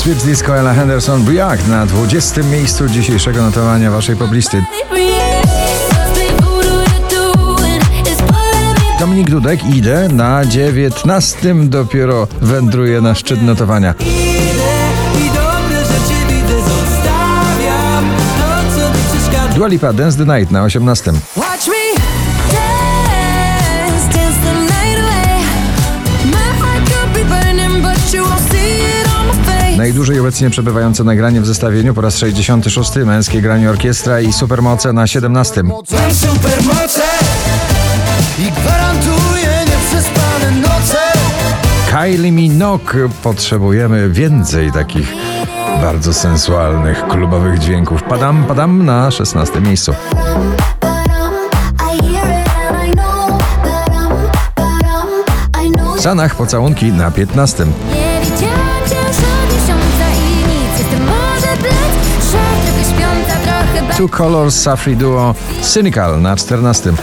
Switch Disco, Ella Henderson, React na 20. miejscu dzisiejszego notowania waszej poblisty. Dominik Dudek, Idę, na 19. dopiero wędruje na szczyt notowania. Dua Lipa, Dance the Night na 18. Najdłużej obecnie przebywające nagranie w zestawieniu po raz 66. Męskie granie orkiestra i Supermoce na 17. Supermoce i gwarantuję nieprzespane noce. Kylie Minogue, potrzebujemy więcej takich bardzo sensualnych, klubowych dźwięków. Padam, padam na 16. miejscu. Sanach, Pocałunki na 15. Two Colors, Safri Duo, Cynical na 14.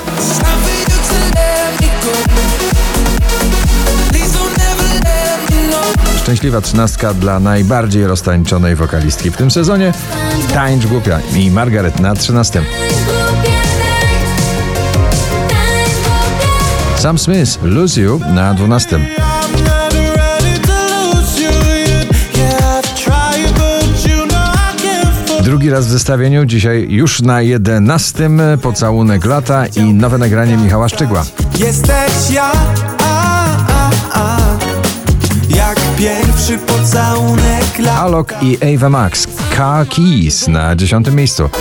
Szczęśliwa 13 dla najbardziej roztańczonej wokalistki w tym sezonie. Tańcz głupia i Margaret na 13. Sam Smith, Lose You na 12. Drugi raz w zestawieniu, dzisiaj już na 11. Pocałunek lata i nowe nagranie Michała Szczygła. Jesteś ja, jak pierwszy pocałunek lata. Alok i Ava Max, Car Keys na 10. miejscu.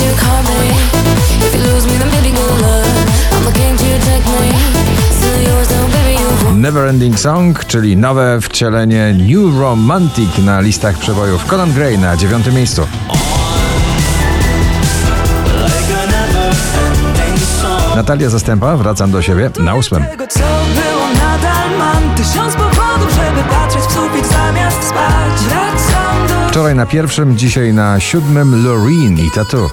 Neverending Song, czyli nowe wcielenie New Romantic na listach przebojów. Conan Gray na 9. miejscu. Natalia Zastępa, Wracam do siebie na 8. Wczoraj na 1, dzisiaj na 7 Loreen i Tattoo.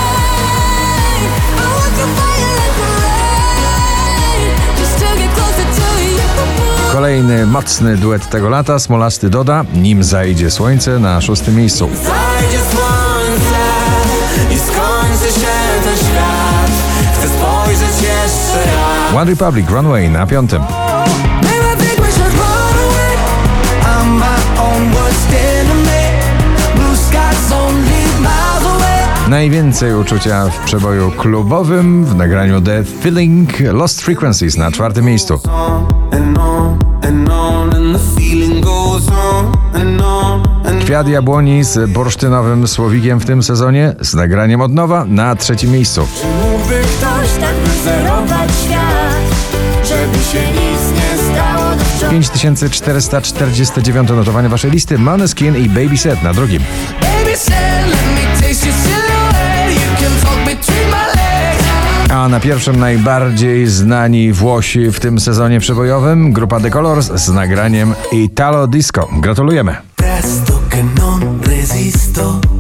Kolejny mocny duet tego lata, Smolasty Doda, Nim zajdzie słońce na 6. miejscu. Zajdzie słońce i skończy się ten świat. Chcę spojrzeć jeszcze raz. One Republic, Runway na 5. Najwięcej uczucia w przeboju klubowym w nagraniu The Feeling, Lost Frequencies na 4. miejscu. Kwiat jabłoni z bursztynowym słowikiem w tym sezonie z nagraniem od nowa na 3. miejscu. Czy mógłby ktoś tak wyzerować świat, żeby się nic nie stało do wczoraj? 5449 notowanie waszej listy, Måneskin i Baby Set na 2. A na 1 najbardziej znani Włosi w tym sezonie przebojowym, grupa The Colors z nagraniem Italo Disco. Gratulujemy. Presto che non resisto.